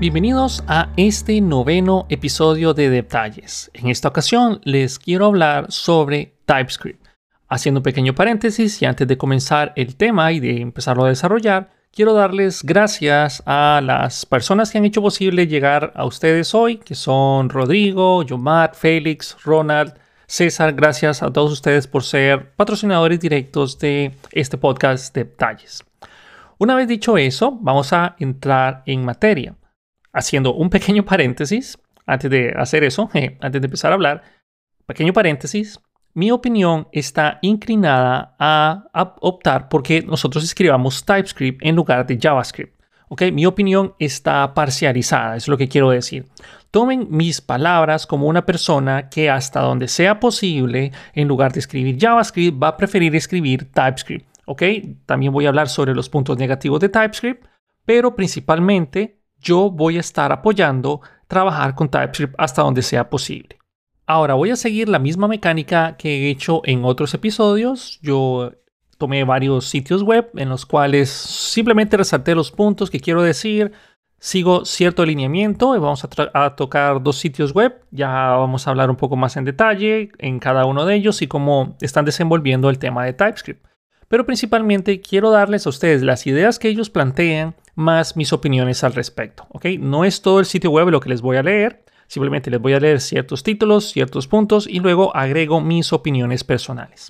Bienvenidos a este noveno episodio de Detalles. En esta ocasión les quiero hablar sobre TypeScript. Haciendo un pequeño paréntesis y antes de comenzar el tema y de empezarlo a desarrollar, quiero darles gracias a las personas que han hecho posible llegar a ustedes hoy, que son Rodrigo, Yomar, Félix, Ronald, César. Gracias a todos ustedes por ser patrocinadores directos de este podcast de Detalles. Una vez dicho eso, vamos a entrar en materia. Haciendo un pequeño paréntesis, antes de hacer eso, antes de empezar a hablar, pequeño paréntesis, mi opinión está inclinada a optar porque nosotros escribamos TypeScript en lugar de JavaScript. ¿Okay? Mi opinión está parcializada, es lo que quiero decir. Tomen mis palabras como una persona que hasta donde sea posible, en lugar de escribir JavaScript, va a preferir escribir TypeScript. ¿Okay? También voy a hablar sobre los puntos negativos de TypeScript, pero principalmente yo voy a estar apoyando trabajar con TypeScript hasta donde sea posible. Ahora voy a seguir la misma mecánica que he hecho en otros episodios. Yo tomé varios sitios web en los cuales simplemente resalté los puntos que quiero decir. Sigo cierto alineamiento y vamos a tocar dos sitios web. Ya vamos a hablar un poco más en detalle en cada uno de ellos y cómo están desenvolviendo el tema de TypeScript. Pero principalmente quiero darles a ustedes las ideas que ellos plantean más mis opiniones al respecto. ¿Okay? No es todo el sitio web lo que les voy a leer. Simplemente les voy a leer ciertos títulos, ciertos puntos y luego agrego mis opiniones personales.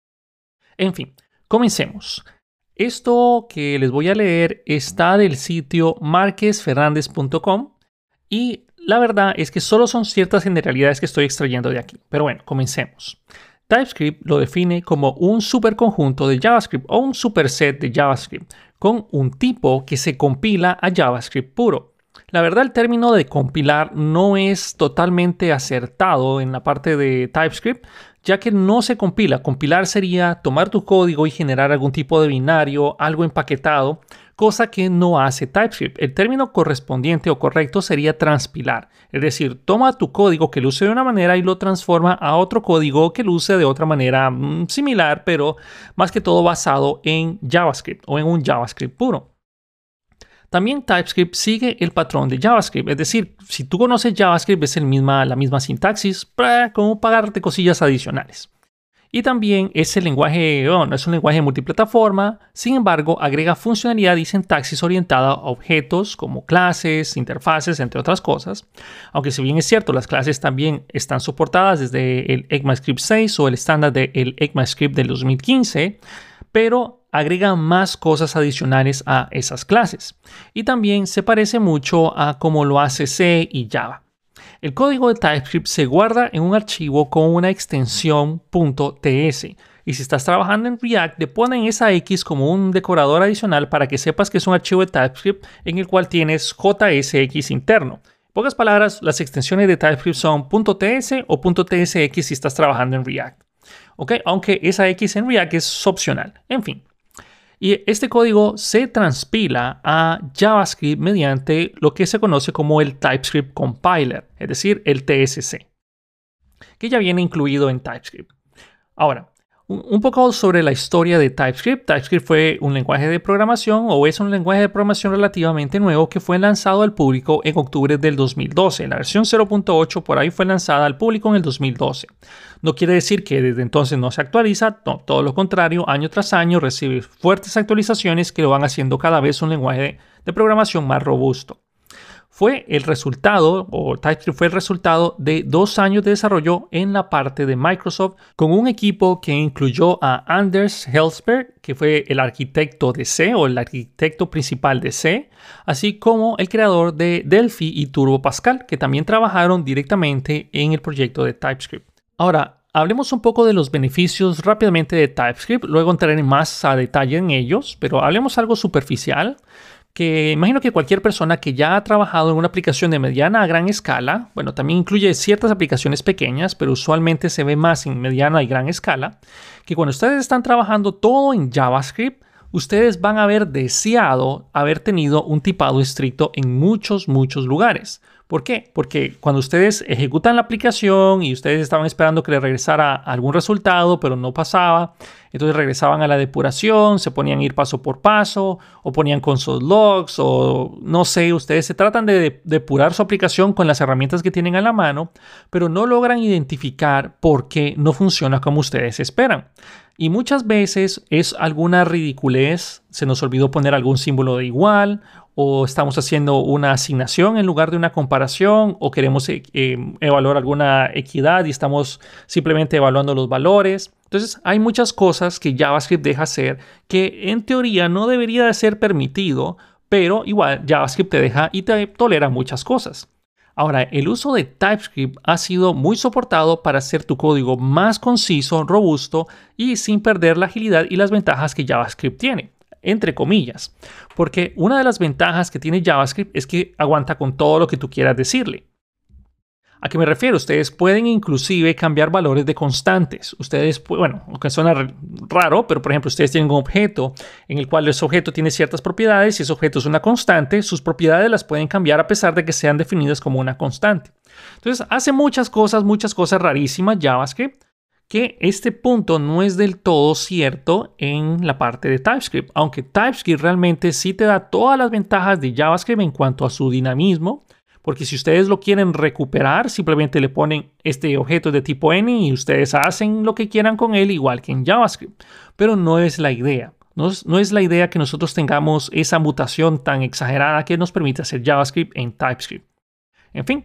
En fin, comencemos. Esto que les voy a leer está del sitio marquesferrandez.com y la verdad es que solo son ciertas generalidades que estoy extrayendo de aquí. Pero bueno, comencemos. TypeScript lo define como un superconjunto de JavaScript o un superset de JavaScript con un tipo que se compila a JavaScript puro. La verdad, el término de compilar no es totalmente acertado en la parte de TypeScript, ya que no se compila. Compilar sería tomar tu código y generar algún tipo de binario, algo empaquetado, cosa que no hace TypeScript. El término correspondiente o correcto sería transpilar, es decir, toma tu código que luce de una manera y lo transforma a otro código que luce de otra manera similar, pero más que todo basado en JavaScript o en un JavaScript puro. También TypeScript sigue el patrón de JavaScript, es decir, si tú conoces JavaScript es la misma sintaxis, como pagarte cosillas adicionales. Y también es el lenguaje, no es un lenguaje multiplataforma, sin embargo agrega funcionalidad y sintaxis orientada a objetos como clases, interfaces, entre otras cosas. Aunque si bien es cierto, las clases también están soportadas desde el ECMAScript 6 o el estándar del ECMAScript del 2015, pero agrega más cosas adicionales a esas clases. Y también se parece mucho a cómo lo hace C y Java. El código de TypeScript se guarda en un archivo con una extensión .ts. Y si estás trabajando en React, le ponen esa X como un decorador adicional para que sepas que es un archivo de TypeScript en el cual tienes JSX interno. En pocas palabras, las extensiones de TypeScript son .ts o .tsx si estás trabajando en React. ¿Okay? Aunque esa X en React es opcional. En fin. Y este código se transpila a JavaScript mediante lo que se conoce como el TypeScript Compiler, es decir, el TSC, que ya viene incluido en TypeScript. Ahora, un poco sobre la historia de TypeScript. TypeScript fue un lenguaje de programación o es un lenguaje de programación relativamente nuevo que fue lanzado al público en octubre del 2012. La versión 0.8 por ahí fue lanzada al público en el 2012. No quiere decir que desde entonces no se actualiza, no, todo lo contrario, año tras año recibe fuertes actualizaciones que lo van haciendo cada vez un lenguaje de programación más robusto. Fue el resultado, o TypeScript fue el resultado de 2 años de desarrollo en la parte de Microsoft con un equipo que incluyó a Anders Hejlsberg, que fue el arquitecto de C o el arquitecto principal de C, así como el creador de Delphi y Turbo Pascal, que también trabajaron directamente en el proyecto de TypeScript. Ahora, hablemos un poco de los beneficios rápidamente de TypeScript, luego entraré más a detalle en ellos, pero hablemos algo superficial, que imagino que cualquier persona que ya ha trabajado en una aplicación de mediana a gran escala, bueno, también incluye ciertas aplicaciones pequeñas, pero usualmente se ve más en mediana y gran escala, que cuando ustedes están trabajando todo en JavaScript, ustedes van a haber deseado haber tenido un tipado estricto en muchos lugares. ¿Por qué? Porque cuando ustedes ejecutan la aplicación y ustedes estaban esperando que les regresara algún resultado, pero no pasaba, entonces regresaban a la depuración, se ponían a ir paso por paso, o ponían console logs, o no sé, ustedes se tratan de depurar su aplicación con las herramientas que tienen a la mano, pero no logran identificar por qué no funciona como ustedes esperan. Y muchas veces es alguna ridiculez, se nos olvidó poner algún símbolo de igual, o estamos haciendo una asignación en lugar de una comparación, o queremos evaluar alguna equidad y estamos simplemente evaluando los valores. Entonces hay muchas cosas que JavaScript deja hacer que en teoría no debería de ser permitido, pero igual JavaScript te deja y te tolera muchas cosas. Ahora, el uso de TypeScript ha sido muy soportado para hacer tu código más conciso, robusto y sin perder la agilidad y las ventajas que JavaScript tiene, entre comillas. Porque una de las ventajas que tiene JavaScript es que aguanta con todo lo que tú quieras decirle. ¿A qué me refiero? Ustedes pueden inclusive cambiar valores de constantes. Ustedes, bueno, aunque suena raro, pero por ejemplo, ustedes tienen un objeto en el cual ese objeto tiene ciertas propiedades y ese objeto es una constante, sus propiedades las pueden cambiar a pesar de que sean definidas como una constante. Entonces, hace muchas cosas rarísimas JavaScript, que este punto no es del todo cierto en la parte de TypeScript, aunque TypeScript realmente sí te da todas las ventajas de JavaScript en cuanto a su dinamismo. Porque si ustedes lo quieren recuperar, simplemente le ponen este objeto de tipo N y ustedes hacen lo que quieran con él, igual que en JavaScript. Pero no es la idea. No es la idea que nosotros tengamos esa mutación tan exagerada que nos permite hacer JavaScript en TypeScript. En fin,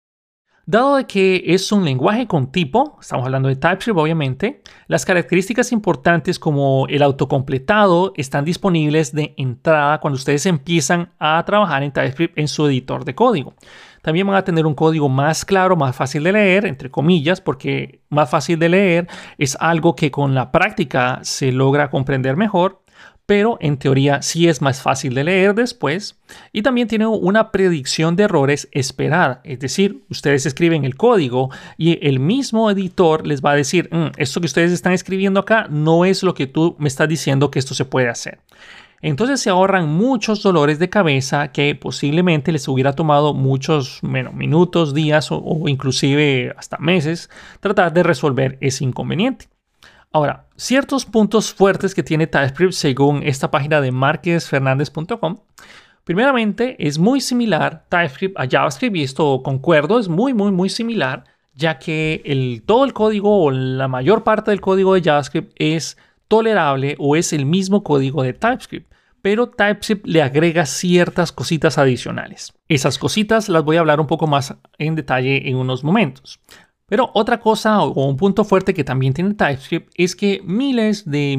dado de que es un lenguaje con tipo, estamos hablando de TypeScript obviamente, las características importantes como el autocompletado están disponibles de entrada cuando ustedes empiezan a trabajar en TypeScript en su editor de código. También van a tener un código más claro, más fácil de leer, entre comillas, porque más fácil de leer es algo que con la práctica se logra comprender mejor. Pero en teoría sí es más fácil de leer después y también tiene una predicción de errores esperada. Es decir, ustedes escriben el código y el mismo editor les va a decir, esto que ustedes están escribiendo acá no es lo que tú me estás diciendo que esto se puede hacer. Entonces se ahorran muchos dolores de cabeza que posiblemente les hubiera tomado muchos minutos, días o inclusive hasta meses tratar de resolver ese inconveniente. Ahora, ciertos puntos fuertes que tiene TypeScript según esta página de marquezfernandez.com. Primeramente, es muy similar TypeScript a JavaScript y esto concuerdo, es muy similar, ya que todo el código o la mayor parte del código de JavaScript es tolerable o es el mismo código de TypeScript, pero TypeScript le agrega ciertas cositas adicionales. Esas cositas las voy a hablar un poco más en detalle en unos momentos. Pero otra cosa o un punto fuerte que también tiene TypeScript es que miles de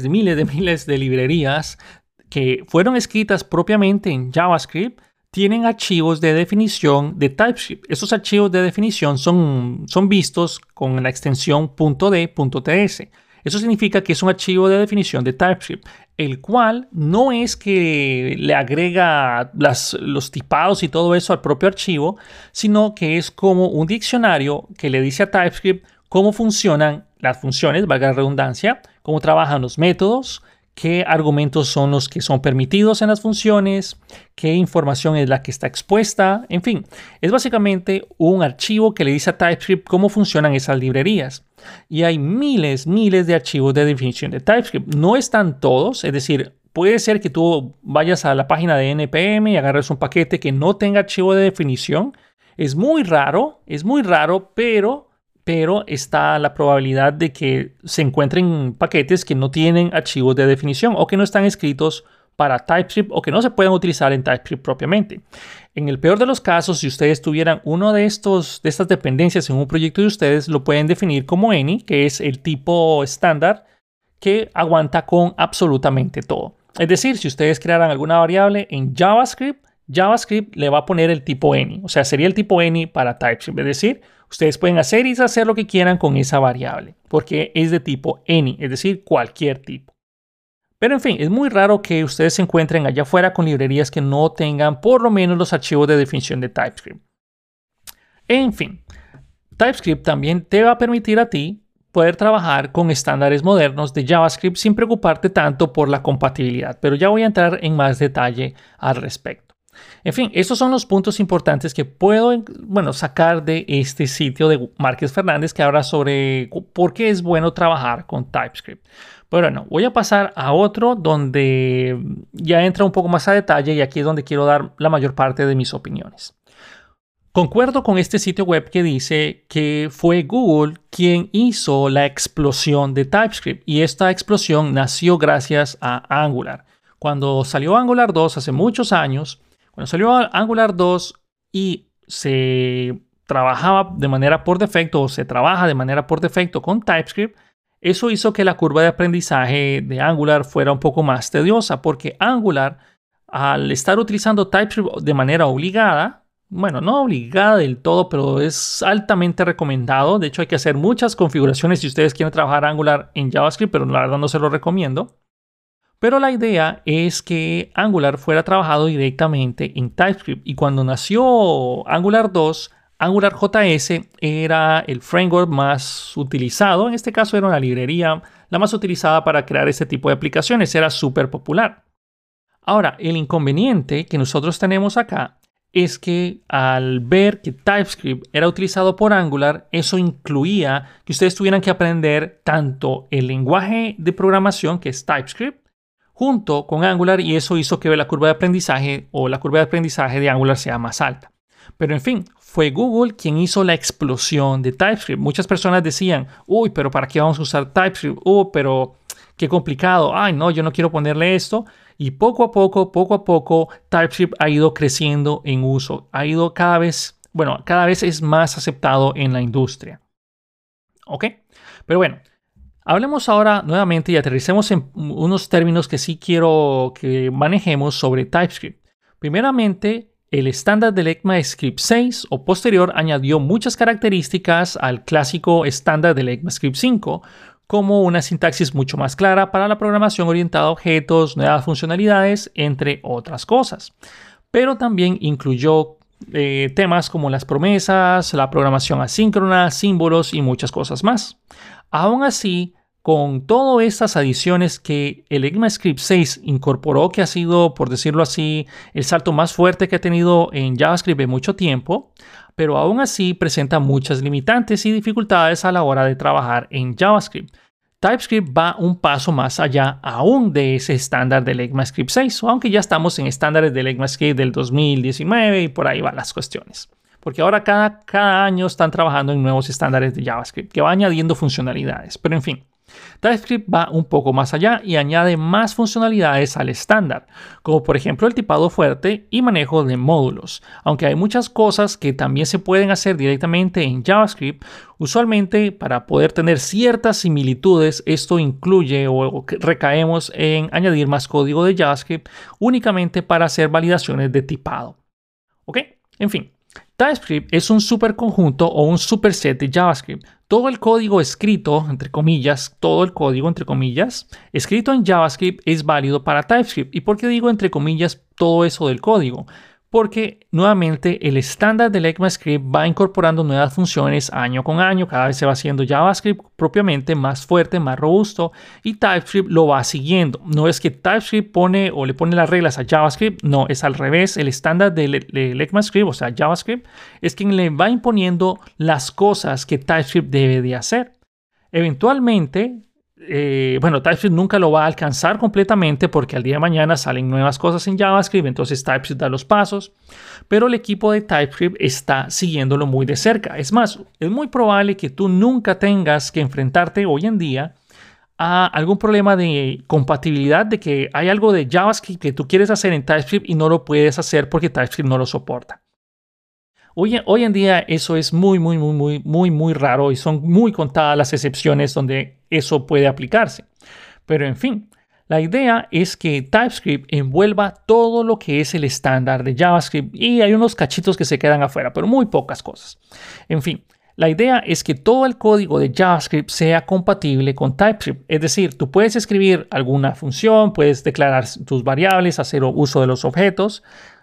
librerías que fueron escritas propiamente en JavaScript tienen archivos de definición de TypeScript. Esos archivos de definición son vistos con la extensión .d.ts. Eso significa que es un archivo de definición de TypeScript, el cual no es que le agrega los tipados y todo eso al propio archivo, sino que es como un diccionario que le dice a TypeScript cómo funcionan las funciones, valga la redundancia, cómo trabajan los métodos, qué argumentos son los que son permitidos en las funciones, qué información es la que está expuesta, en fin. Es básicamente un archivo que le dice a TypeScript cómo funcionan esas librerías. Y hay miles de archivos de definición de TypeScript. No están todos, es decir, puede ser que tú vayas a la página de NPM y agarres un paquete que no tenga archivo de definición. Es muy raro, pero está la probabilidad de que se encuentren paquetes que no tienen archivos de definición o que no están escritos para TypeScript o que no se pueden utilizar en TypeScript propiamente. En el peor de los casos, si ustedes tuvieran uno de estas dependencias en un proyecto de ustedes, lo pueden definir como any, que es el tipo estándar que aguanta con absolutamente todo. Es decir, si ustedes crearan alguna variable en JavaScript le va a poner el tipo any, o sea, sería el tipo any para TypeScript. Es decir, ustedes pueden hacer y deshacer lo que quieran con esa variable, porque es de tipo any, es decir, cualquier tipo. Pero en fin, es muy raro que ustedes se encuentren allá afuera con librerías que no tengan por lo menos los archivos de definición de TypeScript. En fin, TypeScript también te va a permitir a ti poder trabajar con estándares modernos de JavaScript sin preocuparte tanto por la compatibilidad, pero ya voy a entrar en más detalle al respecto. En fin, estos son los puntos importantes que puedo, sacar de este sitio de Márquez Fernández que habla sobre por qué es bueno trabajar con TypeScript. Pero bueno, voy a pasar a otro donde ya entra un poco más a detalle y aquí es donde quiero dar la mayor parte de mis opiniones. Concuerdo con este sitio web que dice que fue Google quien hizo la explosión de TypeScript y esta explosión nació gracias a Angular. Cuando salió Angular 2 hace muchos años, cuando salió Angular 2 y se trabajaba de manera por defecto o se trabaja de manera por defecto con TypeScript, eso hizo que la curva de aprendizaje de Angular fuera un poco más tediosa porque Angular, al estar utilizando TypeScript de manera obligada, no obligada del todo, pero es altamente recomendado. De hecho, hay que hacer muchas configuraciones si ustedes quieren trabajar Angular en JavaScript, pero la verdad no se lo recomiendo. Pero la idea es que Angular fuera trabajado directamente en TypeScript. Y cuando nació Angular 2, AngularJS era el framework más utilizado. En este caso era una librería la más utilizada para crear este tipo de aplicaciones. Era súper popular. Ahora, el inconveniente que nosotros tenemos acá es que al ver que TypeScript era utilizado por Angular, eso incluía que ustedes tuvieran que aprender tanto el lenguaje de programación, que es TypeScript, junto con Angular, y eso hizo que la curva de aprendizaje de Angular sea más alta. Pero en fin, fue Google quien hizo la explosión de TypeScript. Muchas personas decían, uy, pero ¿para qué vamos a usar TypeScript? Pero qué complicado. Ay, no, yo no quiero ponerle esto. Y poco a poco, TypeScript ha ido creciendo en uso. Ha ido cada vez es más aceptado en la industria. ¿Ok? Pero bueno, hablemos ahora nuevamente y aterricemos en unos términos que sí quiero que manejemos sobre TypeScript. Primeramente, el estándar del ECMAScript 6 o posterior añadió muchas características al clásico estándar del ECMAScript 5, como una sintaxis mucho más clara para la programación orientada a objetos, nuevas funcionalidades, entre otras cosas. Pero también incluyó temas como las promesas, la programación asíncrona, símbolos y muchas cosas más. Aún así, con todas estas adiciones que el ECMAScript 6 incorporó, que ha sido, por decirlo así, el salto más fuerte que ha tenido en JavaScript en mucho tiempo, pero aún así presenta muchas limitantes y dificultades a la hora de trabajar en JavaScript. TypeScript va un paso más allá aún de ese estándar del ECMAScript 6, aunque ya estamos en estándares del ECMAScript del 2019 y por ahí van las cuestiones. Porque ahora cada año están trabajando en nuevos estándares de JavaScript que va añadiendo funcionalidades, pero en fin. TypeScript va un poco más allá y añade más funcionalidades al estándar, como por ejemplo el tipado fuerte y manejo de módulos. Aunque hay muchas cosas que también se pueden hacer directamente en JavaScript, usualmente para poder tener ciertas similitudes, esto incluye o recaemos en añadir más código de JavaScript únicamente para hacer validaciones de tipado. ¿Ok? En fin. TypeScript es un superconjunto o un superset de JavaScript. Todo el código escrito, entre comillas, escrito en JavaScript es válido para TypeScript. ¿Y por qué digo entre comillas todo eso del código? Porque nuevamente el estándar del ECMAScript va incorporando nuevas funciones año con año. Cada vez se va haciendo JavaScript propiamente más fuerte, más robusto, y TypeScript lo va siguiendo. No es que TypeScript le pone las reglas a JavaScript, no, es al revés. El estándar del ECMAScript, o sea JavaScript, es quien le va imponiendo las cosas que TypeScript debe de hacer. Eventualmente, TypeScript nunca lo va a alcanzar completamente porque al día de mañana salen nuevas cosas en JavaScript, entonces TypeScript da los pasos, pero el equipo de TypeScript está siguiéndolo muy de cerca. Es más, es muy probable que tú nunca tengas que enfrentarte hoy en día a algún problema de compatibilidad, de que hay algo de JavaScript que tú quieres hacer en TypeScript y no lo puedes hacer porque TypeScript no lo soporta. Hoy en día eso es muy raro y son muy contadas las excepciones donde eso puede aplicarse. Pero en fin, la idea es que TypeScript envuelva todo lo que es el estándar de JavaScript y hay unos cachitos que se quedan afuera, pero muy pocas cosas. En fin, la idea es que todo el código de JavaScript sea compatible con TypeScript. Es decir, tú puedes escribir alguna función, puedes declarar tus variables, hacer uso de los objetos,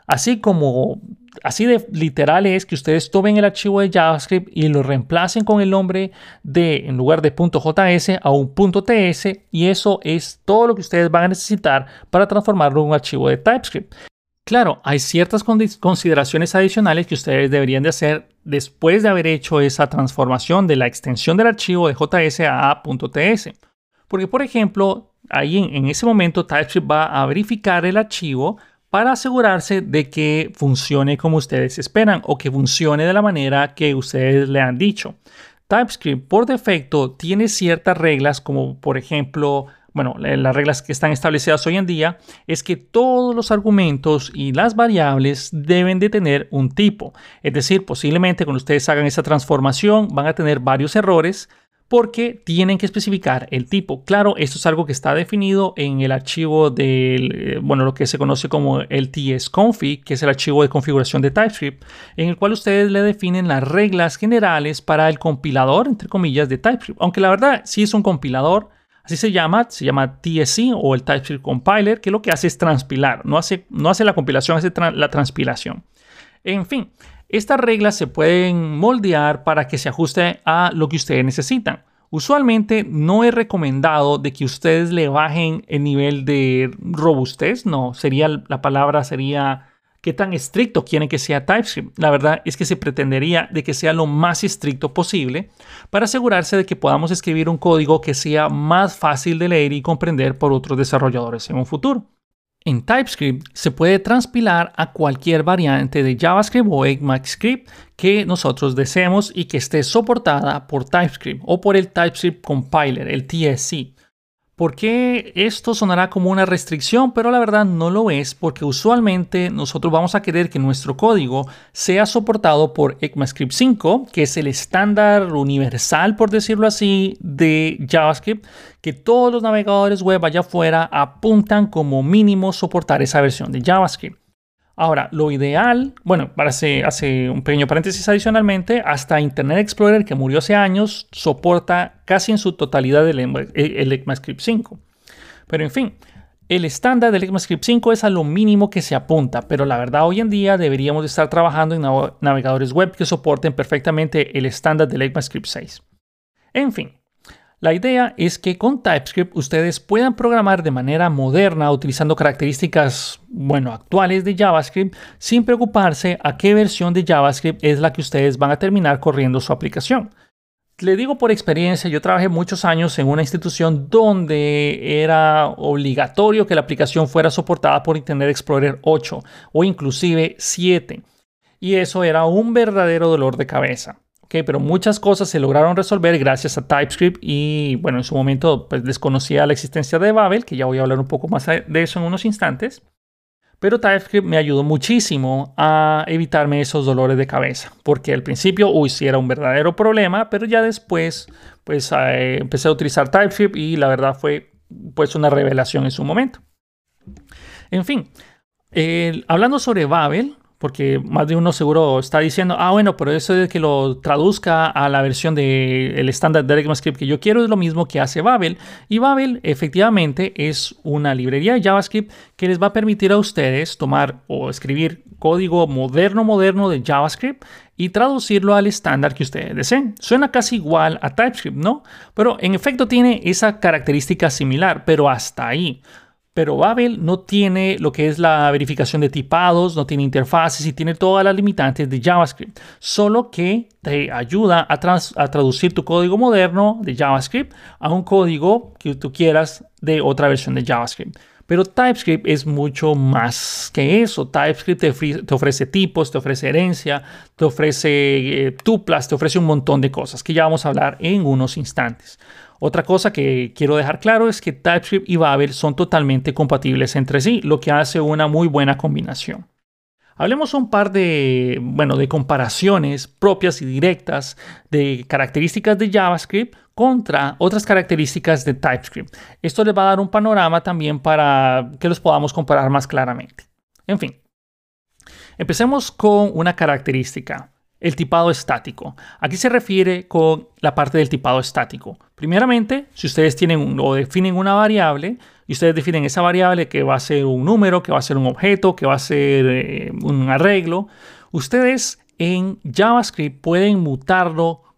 así de literal es que ustedes tomen el archivo de JavaScript y lo reemplacen con el nombre en lugar de .js a un .ts, y eso es todo lo que ustedes van a necesitar para transformarlo en un archivo de TypeScript. Claro, hay ciertas consideraciones adicionales que ustedes deberían de hacer después de haber hecho esa transformación de la extensión del archivo de JS a A.ts. Porque, por ejemplo, ahí en ese momento TypeScript va a verificar el archivo para asegurarse de que funcione como ustedes esperan o que funcione de la manera que ustedes le han dicho. TypeScript por defecto tiene ciertas reglas como, por ejemplo, bueno, las reglas que están establecidas hoy en día es que todos los argumentos y las variables deben de tener un tipo. Es decir, posiblemente cuando ustedes hagan esa transformación van a tener varios errores porque tienen que especificar el tipo. Claro, esto es algo que está definido en el archivo del, bueno, lo que se conoce como el tsconfig, que es el archivo de configuración de TypeScript, en el cual ustedes le definen las reglas generales para el compilador, entre comillas, de TypeScript. Aunque la verdad sí es un compilador. Así se llama TSC o el TypeScript Compiler, que lo que hace es transpilar, no hace la compilación, hace la transpilación. En fin, estas reglas se pueden moldear para que se ajuste a lo que ustedes necesitan. Usualmente no es recomendado de que ustedes le bajen el nivel de robustez, no, la palabra sería qué tan estricto quieren que sea TypeScript. La verdad es que se pretendería de que sea lo más estricto posible para asegurarse de que podamos escribir un código que sea más fácil de leer y comprender por otros desarrolladores en un futuro. En TypeScript se puede transpilar a cualquier variante de JavaScript o ECMAScript que nosotros deseemos y que esté soportada por TypeScript o por el TypeScript Compiler, el TSC. ¿Por qué esto sonará como una restricción? Pero la verdad no lo es, porque usualmente nosotros vamos a querer que nuestro código sea soportado por ECMAScript 5, que es el estándar universal, por decirlo así, de JavaScript, que todos los navegadores web allá afuera apuntan como mínimo soportar esa versión de JavaScript. Ahora, lo ideal, bueno, hace un pequeño paréntesis adicionalmente, hasta Internet Explorer, que murió hace años, soporta casi en su totalidad el ECMAScript 5. Pero en fin, el estándar del ECMAScript 5 es a lo mínimo que se apunta, pero la verdad hoy en día deberíamos de estar trabajando en navegadores web que soporten perfectamente el estándar del ECMAScript 6. En fin. La idea es que con TypeScript ustedes puedan programar de manera moderna utilizando características, actuales de JavaScript sin preocuparse a qué versión de JavaScript es la que ustedes van a terminar corriendo su aplicación. Le digo por experiencia, yo trabajé muchos años en una institución donde era obligatorio que la aplicación fuera soportada por Internet Explorer 8 o inclusive 7. Y eso era un verdadero dolor de cabeza. Pero muchas cosas se lograron resolver gracias a TypeScript y en su momento pues, desconocía la existencia de Babel, que ya voy a hablar un poco más de eso en unos instantes. Pero TypeScript me ayudó muchísimo a evitarme esos dolores de cabeza, porque al principio, sí era un verdadero problema, pero ya después pues empecé a utilizar TypeScript y la verdad fue pues una revelación en su momento. En fin, hablando sobre Babel, porque más de uno seguro está diciendo, pero eso de que lo traduzca a la versión del estándar de ECMAScript que yo quiero es lo mismo que hace Babel. Y Babel efectivamente es una librería de JavaScript que les va a permitir a ustedes tomar o escribir código moderno de JavaScript y traducirlo al estándar que ustedes deseen. Suena casi igual a TypeScript, ¿no? Pero en efecto tiene esa característica similar, pero hasta ahí. Pero Babel no tiene lo que es la verificación de tipados, no tiene interfaces y tiene todas las limitantes de JavaScript. Solo que te ayuda a traducir tu código moderno de JavaScript a un código que tú quieras de otra versión de JavaScript. Pero TypeScript es mucho más que eso. TypeScript te ofrece tipos, te ofrece herencia, te ofrece tuplas, te ofrece un montón de cosas que ya vamos a hablar en unos instantes. Otra cosa que quiero dejar claro es que TypeScript y Babel son totalmente compatibles entre sí, lo que hace una muy buena combinación. Hablemos un par de comparaciones propias y directas de características de JavaScript contra otras características de TypeScript. Esto les va a dar un panorama también para que los podamos comparar más claramente. En fin, empecemos con una característica. El tipado estático. Aquí se refiere con la parte del tipado estático. Primeramente, si ustedes tienen o definen una variable y ustedes definen esa variable que va a ser un número, que va a ser un objeto, que va a ser un arreglo, ustedes en JavaScript pueden mutarlo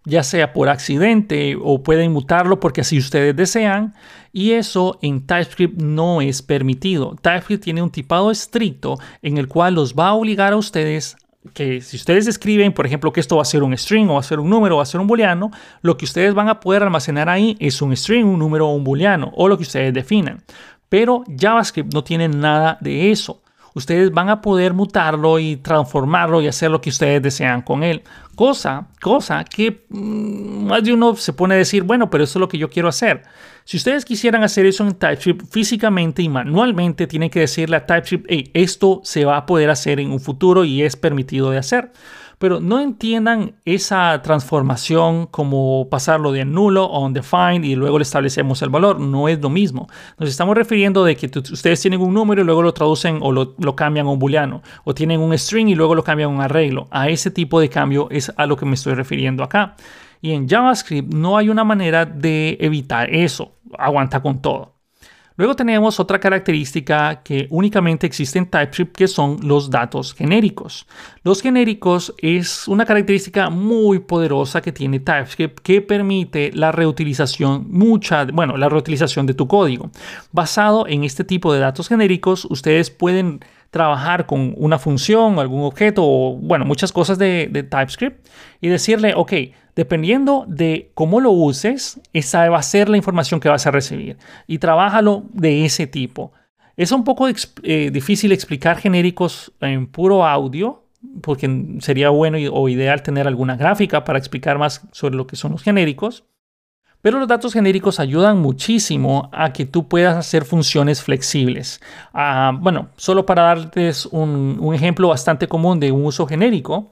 ya sea por accidente o pueden mutarlo porque así ustedes desean, y eso en TypeScript no es permitido. TypeScript tiene un tipado estricto en el cual los va a obligar a ustedes que si ustedes escriben, por ejemplo, que esto va a ser un string o va a ser un número o va a ser un booleano, lo que ustedes van a poder almacenar ahí es un string, un número o un booleano o lo que ustedes definan. Pero JavaScript no tiene nada de eso. Ustedes van a poder mutarlo y transformarlo y hacer lo que ustedes desean con él. Cosa que más de uno se pone a decir, bueno, pero eso es lo que yo quiero hacer. Si ustedes quisieran hacer eso en TypeScript físicamente y manualmente, tienen que decirle a TypeScript, hey, esto se va a poder hacer en un futuro y es permitido de hacer. Pero no entiendan esa transformación como pasarlo de nulo a undefined y luego le establecemos el valor. No es lo mismo. Nos estamos refiriendo de que ustedes tienen un número y luego lo traducen o lo cambian a un booleano. O tienen un string y luego lo cambian a un arreglo. A ese tipo de cambio es a lo que me estoy refiriendo acá. Y en JavaScript no hay una manera de evitar eso. Aguanta con todo. Luego tenemos otra característica que únicamente existe en TypeScript, que son los datos genéricos. Los genéricos es una característica muy poderosa que tiene TypeScript que permite la reutilización, la reutilización de tu código. Basado en este tipo de datos genéricos, ustedes pueden trabajar con una función o algún objeto o, muchas cosas de TypeScript y decirle, ok, dependiendo de cómo lo uses, esa va a ser la información que vas a recibir y trabájalo de ese tipo. Es un poco difícil explicar genéricos en puro audio porque sería bueno o ideal tener alguna gráfica para explicar más sobre lo que son los genéricos. Pero los datos genéricos ayudan muchísimo a que tú puedas hacer funciones flexibles. Solo para darles un ejemplo bastante común de un uso genérico,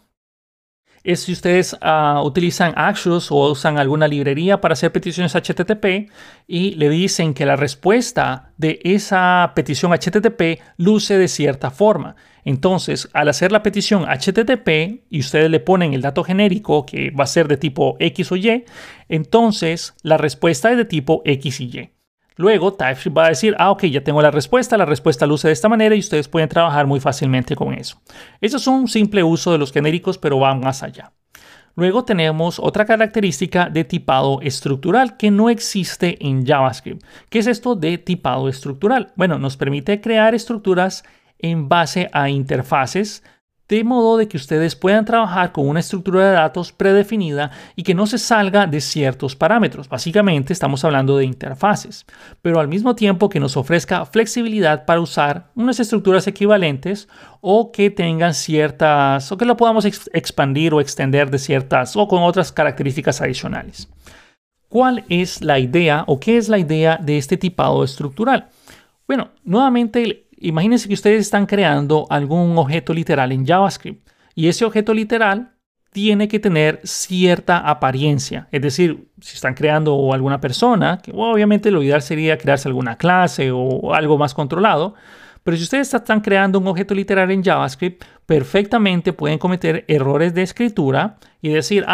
es si ustedes utilizan Axios o usan alguna librería para hacer peticiones HTTP y le dicen que la respuesta de esa petición HTTP luce de cierta forma. Entonces, al hacer la petición HTTP y ustedes le ponen el dato genérico que va a ser de tipo X o Y, entonces la respuesta es de tipo X y Y. Luego TypeScript va a decir, ok, ya tengo la respuesta luce de esta manera y ustedes pueden trabajar muy fácilmente con eso. Eso es un simple uso de los genéricos, pero va más allá. Luego tenemos otra característica de tipado estructural que no existe en JavaScript. ¿Qué es esto de tipado estructural? Bueno, nos permite crear estructuras en base a interfaces, de modo de que ustedes puedan trabajar con una estructura de datos predefinida y que no se salga de ciertos parámetros. Básicamente estamos hablando de interfaces, pero al mismo tiempo que nos ofrezca flexibilidad para usar unas estructuras equivalentes o que tengan ciertas, o que lo podamos expandir o extender de ciertas o con otras características adicionales. ¿Cuál es la idea o qué es la idea de este tipado estructural? Bueno, nuevamente, imagínense que ustedes están creando algún objeto literal en JavaScript y ese objeto literal tiene que tener cierta apariencia. Es decir, si están creando alguna persona, que obviamente lo ideal sería crearse alguna clase o algo más controlado, pero si ustedes están creando un objeto literal en JavaScript, perfectamente pueden cometer errores de escritura y decir,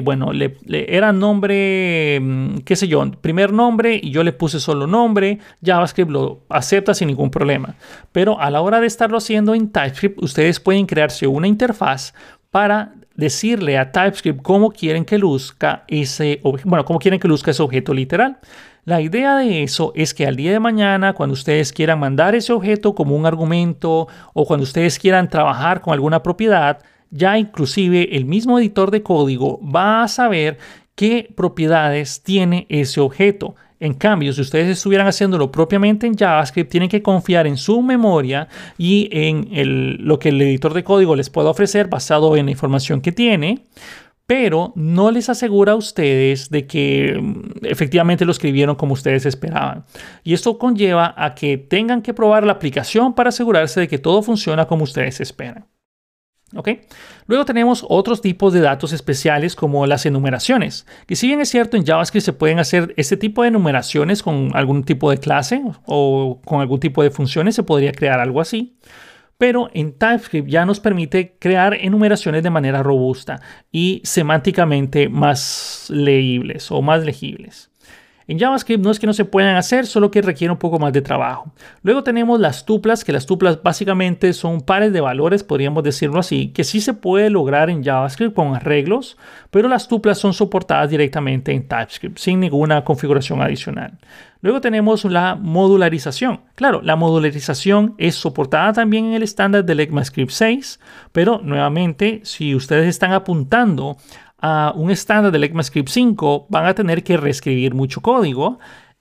era nombre, qué sé yo, primer nombre y yo le puse solo nombre, JavaScript lo acepta sin ningún problema. Pero a la hora de estarlo haciendo en TypeScript, ustedes pueden crearse una interfaz para decirle a TypeScript cómo quieren que luzca ese objeto literal. La idea de eso es que al día de mañana, cuando ustedes quieran mandar ese objeto como un argumento o cuando ustedes quieran trabajar con alguna propiedad, ya inclusive el mismo editor de código va a saber qué propiedades tiene ese objeto. En cambio, si ustedes estuvieran haciéndolo propiamente en JavaScript, tienen que confiar en su memoria y en lo que el editor de código les pueda ofrecer basado en la información que tiene, pero no les asegura a ustedes de que efectivamente lo escribieron como ustedes esperaban. Y esto conlleva a que tengan que probar la aplicación para asegurarse de que todo funciona como ustedes esperan. ¿Okay? Luego tenemos otros tipos de datos especiales como las enumeraciones, que si bien es cierto en JavaScript se pueden hacer este tipo de enumeraciones con algún tipo de clase o con algún tipo de funciones, se podría crear algo así. Pero en TypeScript ya nos permite crear enumeraciones de manera robusta y semánticamente más leíbles o más legibles. En JavaScript no es que no se puedan hacer, solo que requiere un poco más de trabajo. Luego tenemos las tuplas, que las tuplas básicamente son pares de valores, podríamos decirlo así, que sí se puede lograr en JavaScript con arreglos, pero las tuplas son soportadas directamente en TypeScript sin ninguna configuración adicional. Luego tenemos la modularización. Claro, la modularización es soportada también en el estándar del ECMAScript 6, pero nuevamente, si ustedes están apuntando a un estándar del ECMAScript 5, van a tener que reescribir mucho código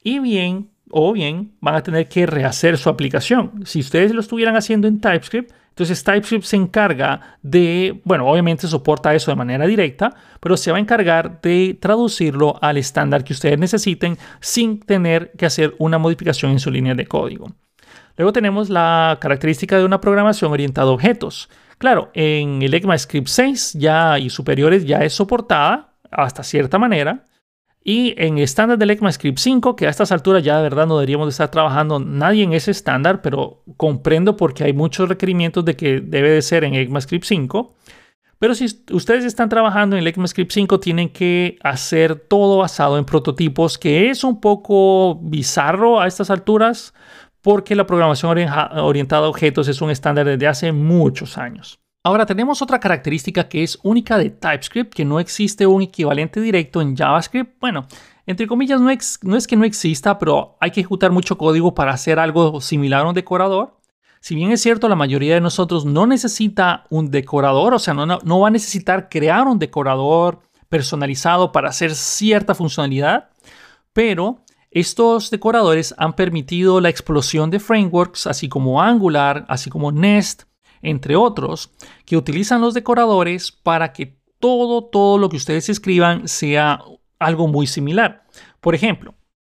o bien van a tener que rehacer su aplicación. Si ustedes lo estuvieran haciendo en TypeScript, entonces TypeScript se encarga de, bueno, obviamente soporta eso de manera directa, pero se va a encargar de traducirlo al estándar que ustedes necesiten sin tener que hacer una modificación en su línea de código. Luego tenemos la característica de una programación orientada a objetos. Claro, en el ECMAScript 6 y superiores ya es soportada hasta cierta manera. Y en el estándar del ECMAScript 5, que a estas alturas ya de verdad no deberíamos de estar trabajando nadie en ese estándar, pero comprendo porque hay muchos requerimientos de que debe de ser en ECMAScript 5. Pero si ustedes están trabajando en el ECMAScript 5, tienen que hacer todo basado en prototipos, que es un poco bizarro a estas alturas, porque la programación orientada a objetos es un estándar desde hace muchos años. Ahora tenemos otra característica que es única de TypeScript, que no existe un equivalente directo en JavaScript. Bueno, entre comillas, no es que no exista, pero hay que ejecutar mucho código para hacer algo similar a un decorador. Si bien es cierto, la mayoría de nosotros no necesita un decorador, o sea, no va a necesitar crear un decorador personalizado para hacer cierta funcionalidad, pero estos decoradores han permitido la explosión de frameworks, así como Angular, así como Nest, entre otros, que utilizan los decoradores para que todo lo que ustedes escriban sea algo muy similar. Por ejemplo,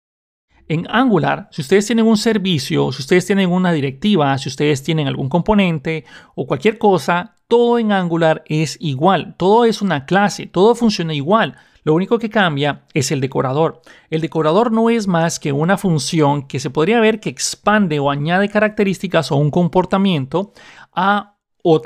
en Angular, si ustedes tienen un servicio, si ustedes tienen una directiva, si ustedes tienen algún componente o cualquier cosa, todo en Angular es igual. Todo es una clase, todo funciona igual. Lo único que cambia es el decorador. El decorador no es más que una función que se podría ver que expande o añade características o un comportamiento a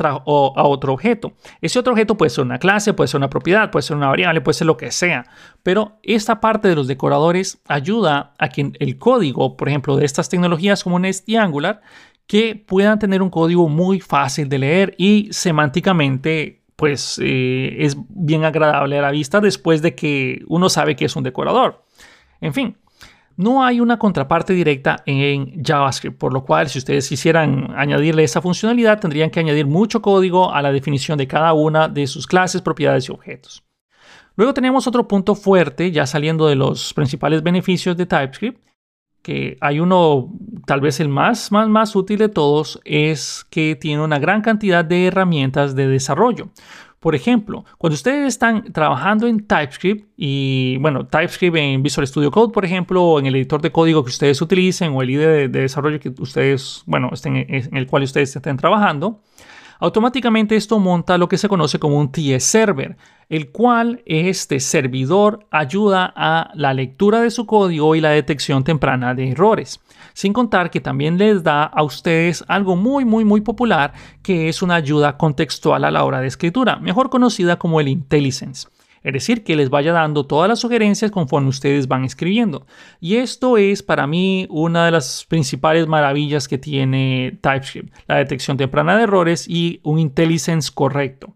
otro objeto. Ese otro objeto puede ser una clase, puede ser una propiedad, puede ser una variable, puede ser lo que sea. Pero esta parte de los decoradores ayuda a que el código, por ejemplo, de estas tecnologías como Nest y Angular, que puedan tener un código muy fácil de leer y semánticamente pues es bien agradable a la vista después de que uno sabe que es un decorador. En fin, no hay una contraparte directa en JavaScript, por lo cual si ustedes quisieran añadirle esa funcionalidad, tendrían que añadir mucho código a la definición de cada una de sus clases, propiedades y objetos. Luego tenemos otro punto fuerte, ya saliendo de los principales beneficios de TypeScript, que hay uno, tal vez el más útil de todos, es que tiene una gran cantidad de herramientas de desarrollo. Por ejemplo, cuando ustedes están trabajando en TypeScript y, bueno, TypeScript en Visual Studio Code, por ejemplo, o en el editor de código que ustedes utilicen o el IDE de desarrollo que ustedes, bueno, en el cual ustedes estén trabajando, automáticamente esto monta lo que se conoce como un TS Server, el cual este servidor ayuda a la lectura de su código y la detección temprana de errores. Sin contar que también les da a ustedes algo muy popular, que es una ayuda contextual a la hora de escritura, mejor conocida como el IntelliSense. Es decir, que les vaya dando todas las sugerencias conforme ustedes van escribiendo. Y esto es para mí una de las principales maravillas que tiene TypeScript, la detección temprana de errores y un IntelliSense correcto.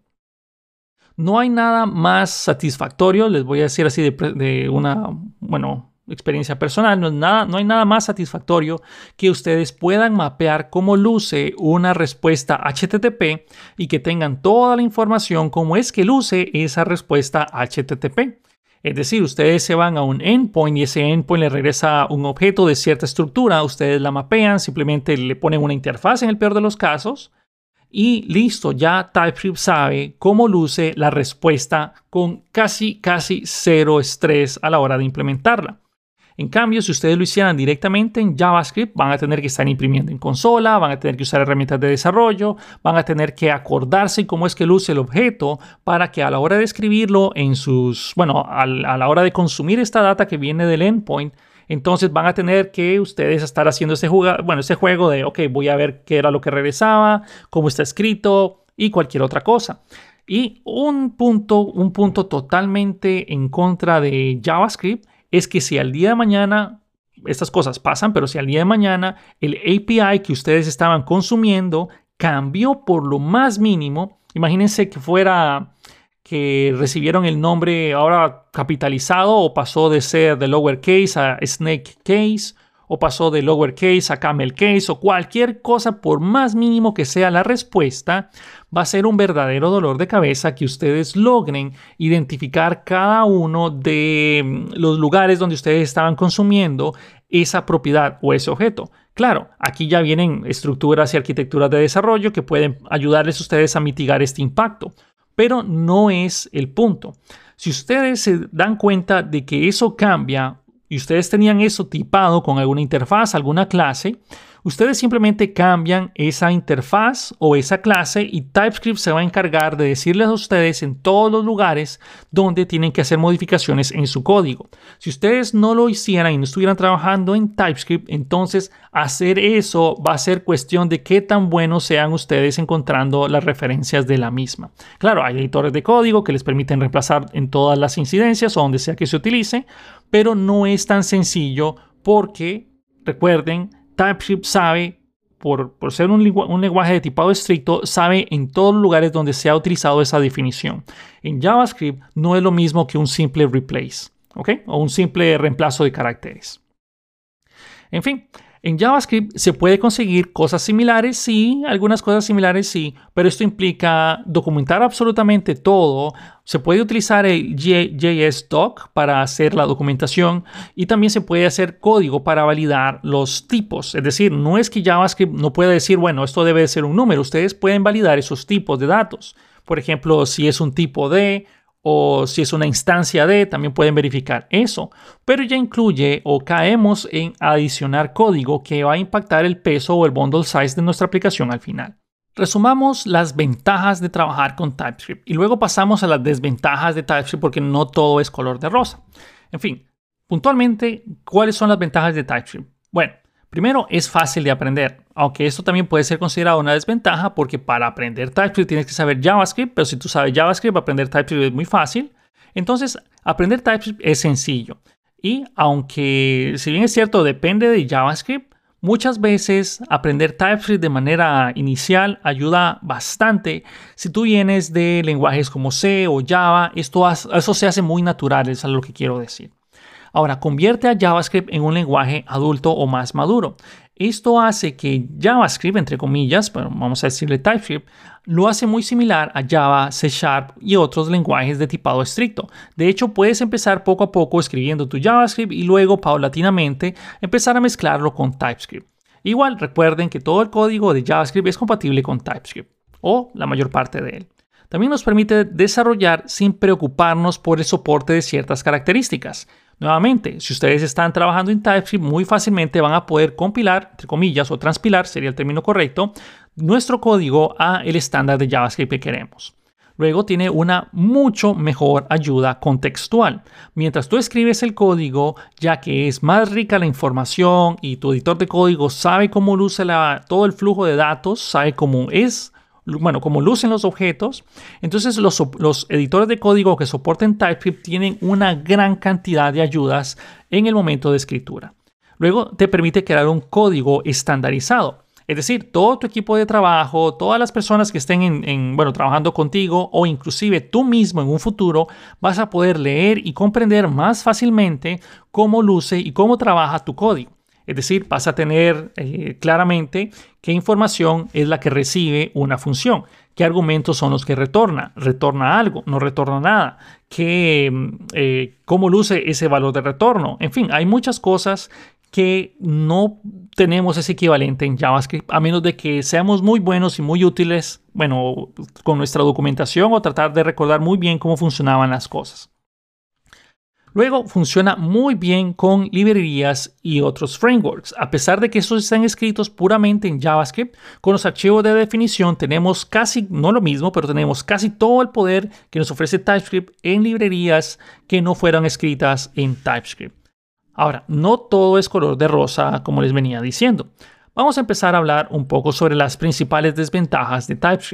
No hay nada más satisfactorio, les voy a decir así de una, experiencia personal, no hay nada más satisfactorio que ustedes puedan mapear cómo luce una respuesta HTTP y que tengan toda la información cómo es que luce esa respuesta HTTP. Es decir, ustedes se van a un endpoint y ese endpoint le regresa un objeto de cierta estructura, ustedes la mapean, simplemente le ponen una interfaz en el peor de los casos y listo, ya TypeScript sabe cómo luce la respuesta con casi cero estrés a la hora de implementarla. En cambio, si ustedes lo hicieran directamente en JavaScript, van a tener que estar imprimiendo en consola, van a tener que usar herramientas de desarrollo, van a tener que acordarse cómo es que luce el objeto para que a la hora de escribirlo a la hora de consumir esta data que viene del endpoint, entonces van a tener que ustedes estar haciendo ese juego de, ok, voy a ver qué era lo que regresaba, cómo está escrito y cualquier otra cosa. Y un punto totalmente en contra de JavaScript es que si al día de mañana, estas cosas pasan, pero si al día de mañana el API que ustedes estaban consumiendo cambió por lo más mínimo, imagínense que fuera que recibieron el nombre ahora capitalizado o pasó de ser de lowercase a snake case, o pasó de lowercase a camel case, o cualquier cosa, por más mínimo que sea la respuesta, va a ser un verdadero dolor de cabeza que ustedes logren identificar cada uno de los lugares donde ustedes estaban consumiendo esa propiedad o ese objeto. Claro, aquí ya vienen estructuras y arquitecturas de desarrollo que pueden ayudarles a ustedes a mitigar este impacto, pero no es el punto. Si ustedes se dan cuenta de que eso cambia, y ustedes tenían eso tipado con alguna interfaz, alguna clase, ustedes simplemente cambian esa interfaz o esa clase y TypeScript se va a encargar de decirles a ustedes en todos los lugares donde tienen que hacer modificaciones en su código. Si ustedes no lo hicieran y no estuvieran trabajando en TypeScript, entonces hacer eso va a ser cuestión de qué tan buenos sean ustedes encontrando las referencias de la misma. Claro, hay editores de código que les permiten reemplazar en todas las incidencias o donde sea que se utilice, pero no es tan sencillo porque, recuerden, TypeScript sabe, por ser un lenguaje de tipado estricto, sabe en todos los lugares donde se ha utilizado esa definición. En JavaScript no es lo mismo que un simple replace, ¿ok? O un simple reemplazo de caracteres. En fin, en JavaScript se puede conseguir cosas similares, sí, algunas cosas similares, sí, pero esto implica documentar absolutamente todo. Se puede utilizar el JS-Doc para hacer la documentación y también se puede hacer código para validar los tipos. Es decir, no es que JavaScript no pueda decir, bueno, esto debe de ser un número. Ustedes pueden validar esos tipos de datos. Por ejemplo, si es un tipo de o si es una instancia de, también pueden verificar eso. Pero ya incluye o caemos en adicionar código que va a impactar el peso o el bundle size de nuestra aplicación al final. Resumamos las ventajas de trabajar con TypeScript y luego pasamos a las desventajas de TypeScript porque no todo es color de rosa. En fin, puntualmente, ¿cuáles son las ventajas de TypeScript? Bueno, primero, es fácil de aprender, aunque esto también puede ser considerado una desventaja porque para aprender TypeScript tienes que saber JavaScript, pero si tú sabes JavaScript, aprender TypeScript es muy fácil. Entonces, aprender TypeScript es sencillo. Y aunque, si bien es cierto, depende de JavaScript, muchas veces aprender TypeScript de manera inicial ayuda bastante. Si tú vienes de lenguajes como C o Java, eso se hace muy natural, es lo que quiero decir. Ahora, convierte a JavaScript en un lenguaje adulto o más maduro. Esto hace que JavaScript, entre comillas, pero vamos a decirle TypeScript, lo hace muy similar a Java, C# y otros lenguajes de tipado estricto. De hecho, puedes empezar poco a poco escribiendo tu JavaScript y luego, paulatinamente, empezar a mezclarlo con TypeScript. Igual, recuerden que todo el código de JavaScript es compatible con TypeScript, o la mayor parte de él. También nos permite desarrollar sin preocuparnos por el soporte de ciertas características. Nuevamente, si ustedes están trabajando en TypeScript, muy fácilmente van a poder compilar, entre comillas, o transpilar, sería el término correcto, nuestro código a el estándar de JavaScript que queremos. Luego tiene una mucho mejor ayuda contextual. Mientras tú escribes el código, ya que es más rica la información y tu editor de código sabe cómo luce todo el flujo de datos, sabe cómo cómo lucen los objetos, entonces los editores de código que soporten TypeScript tienen una gran cantidad de ayudas en el momento de escritura. Luego te permite crear un código estandarizado. Es decir, todo tu equipo de trabajo, todas las personas que estén trabajando contigo o inclusive tú mismo en un futuro vas a poder leer y comprender más fácilmente cómo luce y cómo trabaja tu código. Es decir, vas a tener claramente qué información es la que recibe una función, qué argumentos son los que retorna algo, no retorna nada, cómo luce ese valor de retorno. En fin, hay muchas cosas que no tenemos ese equivalente en JavaScript, a menos de que seamos muy buenos y muy útiles, con nuestra documentación o tratar de recordar muy bien cómo funcionaban las cosas. Luego funciona muy bien con librerías y otros frameworks. A pesar de que estos están escritos puramente en JavaScript, con los archivos de definición tenemos casi, no lo mismo, pero tenemos casi todo el poder que nos ofrece TypeScript en librerías que no fueran escritas en TypeScript. Ahora, no todo es color de rosa, como les venía diciendo. Vamos a empezar a hablar un poco sobre las principales desventajas de TypeScript.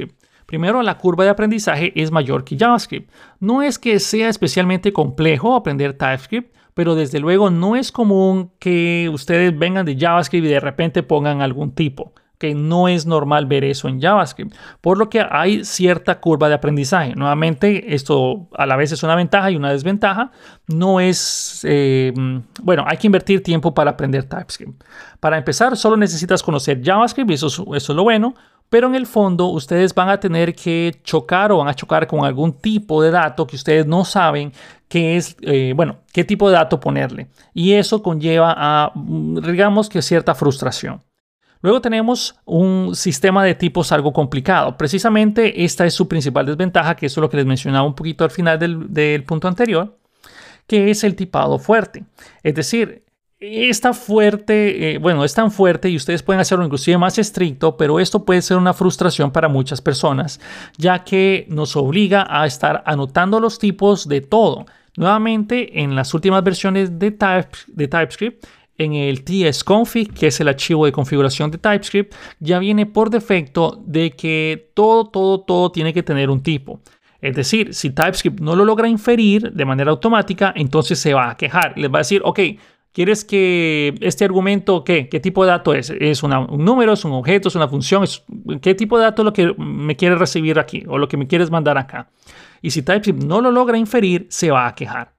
Primero, la curva de aprendizaje es mayor que JavaScript. No es que sea especialmente complejo aprender TypeScript, pero desde luego no es común que ustedes vengan de JavaScript y de repente pongan algún tipo. Que no es normal ver eso en JavaScript, por lo que hay cierta curva de aprendizaje. Nuevamente, esto a la vez es una ventaja y una desventaja. No es, bueno, hay que invertir tiempo para aprender TypeScript. Para empezar, solo necesitas conocer JavaScript y eso es lo bueno, pero en el fondo ustedes van a tener que chocar o van a chocar con algún tipo de dato que ustedes no saben qué es, bueno, qué tipo de dato ponerle. Y eso conlleva a, digamos que cierta frustración. Luego tenemos un sistema de tipos algo complicado. Precisamente esta es su principal desventaja, que eso es lo que les mencionaba un poquito al final del punto anterior, que es el tipado fuerte. Es decir, es tan fuerte y ustedes pueden hacerlo inclusive más estricto, pero esto puede ser una frustración para muchas personas, ya que nos obliga a estar anotando los tipos de todo. Nuevamente, en las últimas versiones de TypeScript, en el tsconfig, que es el archivo de configuración de TypeScript, ya viene por defecto de que todo tiene que tener un tipo. Es decir, si TypeScript no lo logra inferir de manera automática, entonces se va a quejar. Les va a decir, ok, ¿quieres que este argumento, qué tipo de dato es? ¿Es un número, es un objeto, es una función? ¿Qué tipo de dato es lo que me quieres recibir aquí o lo que me quieres mandar acá? Y si TypeScript no lo logra inferir, se va a quejar.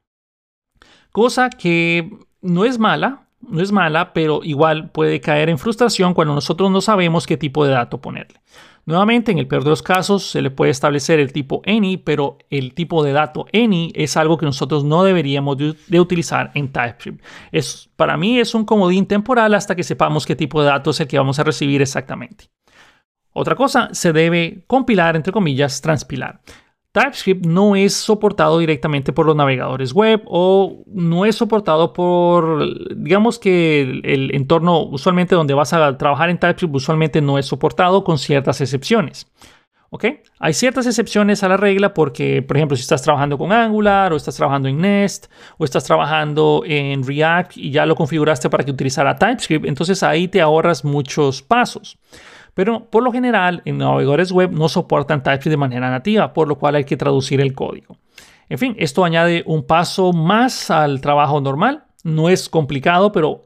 Cosa que no es mala, pero igual puede caer en frustración cuando nosotros no sabemos qué tipo de dato ponerle. Nuevamente, en el peor de los casos, se le puede establecer el tipo any, pero el tipo de dato any es algo que nosotros no deberíamos de utilizar en TypeScript. Para mí es un comodín temporal hasta que sepamos qué tipo de dato es el que vamos a recibir exactamente. Otra cosa, se debe compilar, entre comillas, transpilar. TypeScript no es soportado directamente por los navegadores web o no es soportado por, digamos que el entorno usualmente donde vas a trabajar en TypeScript usualmente no es soportado con ciertas excepciones. ¿Ok? Hay ciertas excepciones a la regla porque, por ejemplo, si estás trabajando con Angular o estás trabajando en Nest o estás trabajando en React y ya lo configuraste para que utilizara TypeScript, entonces ahí te ahorras muchos pasos. Pero por lo general, en navegadores web no soportan TypeScript de manera nativa, por lo cual hay que traducir el código. En fin, esto añade un paso más al trabajo normal. No es complicado, pero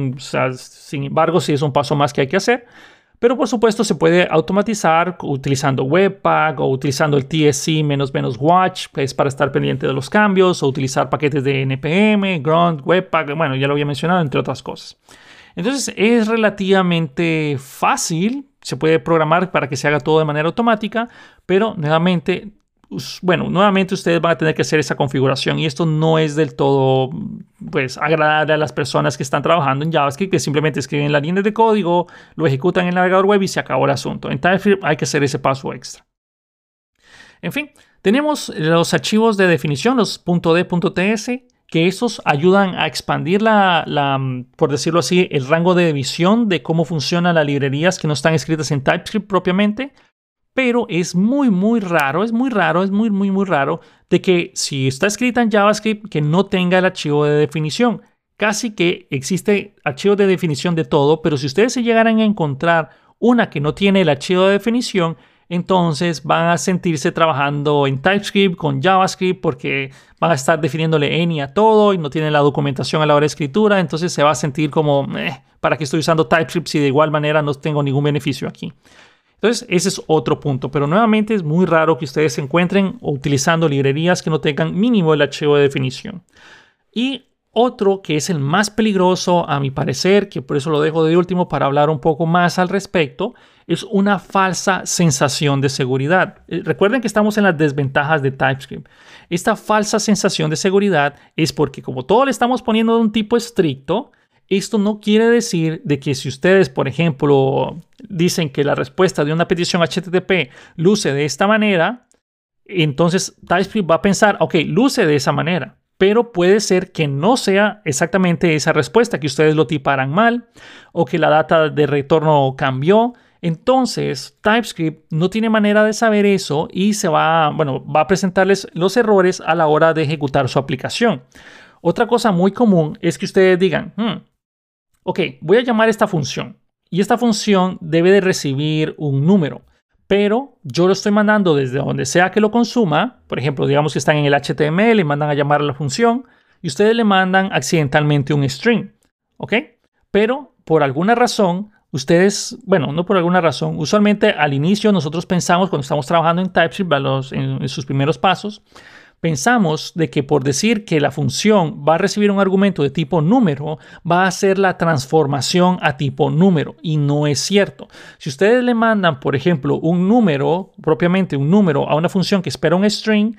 sin embargo, sí es un paso más que hay que hacer. Pero por supuesto se puede automatizar utilizando Webpack o utilizando el TSC --watch, que es para estar pendiente de los cambios, o utilizar paquetes de NPM, Grunt, Webpack, bueno, ya lo había mencionado, entre otras cosas. Entonces es relativamente fácil, se puede programar para que se haga todo de manera automática, pero nuevamente ustedes van a tener que hacer esa configuración y esto no es del todo agradable a las personas que están trabajando en JavaScript, que simplemente escriben la línea de código, lo ejecutan en el navegador web y se acabó el asunto. En TypeScript hay que hacer ese paso extra. En fin, tenemos los archivos de definición, los .d.ts, que estos ayudan a expandir por decirlo así, el rango de visión de cómo funcionan las librerías que no están escritas en TypeScript propiamente, pero es muy raro de que si está escrita en JavaScript que no tenga el archivo de definición. Casi que existe archivo de definición de todo, pero si ustedes se llegaran a encontrar una que no tiene el archivo de definición, entonces van a sentirse trabajando en TypeScript con JavaScript porque van a estar definiéndole any a todo y no tienen la documentación a la hora de escritura, entonces se va a sentir como, ¿para qué estoy usando TypeScript si de igual manera no tengo ningún beneficio aquí? Entonces ese es otro punto, pero nuevamente es muy raro que ustedes se encuentren utilizando librerías que no tengan mínimo el archivo de definición. Y otro que es el más peligroso a mi parecer, que por eso lo dejo de último para hablar un poco más al respecto, es una falsa sensación de seguridad. Recuerden que estamos en las desventajas de TypeScript. Esta falsa sensación de seguridad es porque como todo le estamos poniendo de un tipo estricto, esto no quiere decir de que si ustedes, por ejemplo, dicen que la respuesta de una petición HTTP luce de esta manera, entonces TypeScript va a pensar, ok, luce de esa manera. Pero puede ser que no sea exactamente esa respuesta, que ustedes lo tiparan mal o que la data de retorno cambió. Entonces, TypeScript no tiene manera de saber eso y va a presentarles los errores a la hora de ejecutar su aplicación. Otra cosa muy común es que ustedes digan, ok, voy a llamar esta función y esta función debe de recibir un número. pero yo lo estoy mandando desde donde sea que lo consuma. Por ejemplo, digamos que están en el HTML y mandan a llamar a la función y ustedes le mandan accidentalmente un string, ¿ok? Pero por alguna razón, ustedes, bueno, no por alguna razón, usualmente al inicio nosotros pensamos cuando estamos trabajando en TypeScript, en sus primeros pasos, pensamos de que por decir que la función va a recibir un argumento de tipo número, va a hacer la transformación a tipo número, y no es cierto. Si ustedes le mandan, por ejemplo, un número, propiamente un número, a una función que espera un string,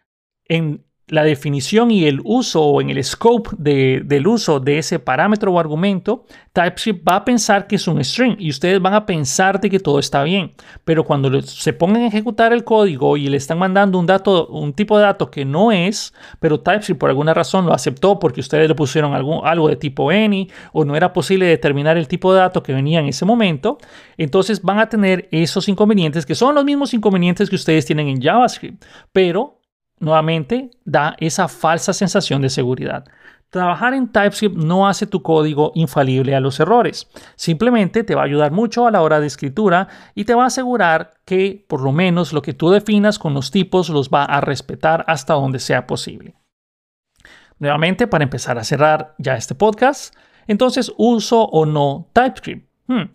en la definición y el uso o en el scope del uso de ese parámetro o argumento, TypeScript va a pensar que es un string y ustedes van a pensar de que todo está bien. Pero cuando se pongan a ejecutar el código y le están mandando un tipo de dato que no es, pero TypeScript por alguna razón lo aceptó porque ustedes le pusieron algo de tipo any o no era posible determinar el tipo de dato que venía en ese momento, entonces van a tener esos inconvenientes que son los mismos inconvenientes que ustedes tienen en JavaScript, pero nuevamente, da esa falsa sensación de seguridad. Trabajar en TypeScript no hace tu código infalible a los errores. Simplemente te va a ayudar mucho a la hora de escritura y te va a asegurar que por lo menos lo que tú definas con los tipos los va a respetar hasta donde sea posible. Nuevamente, para empezar a cerrar ya este podcast, entonces, ¿uso o no TypeScript?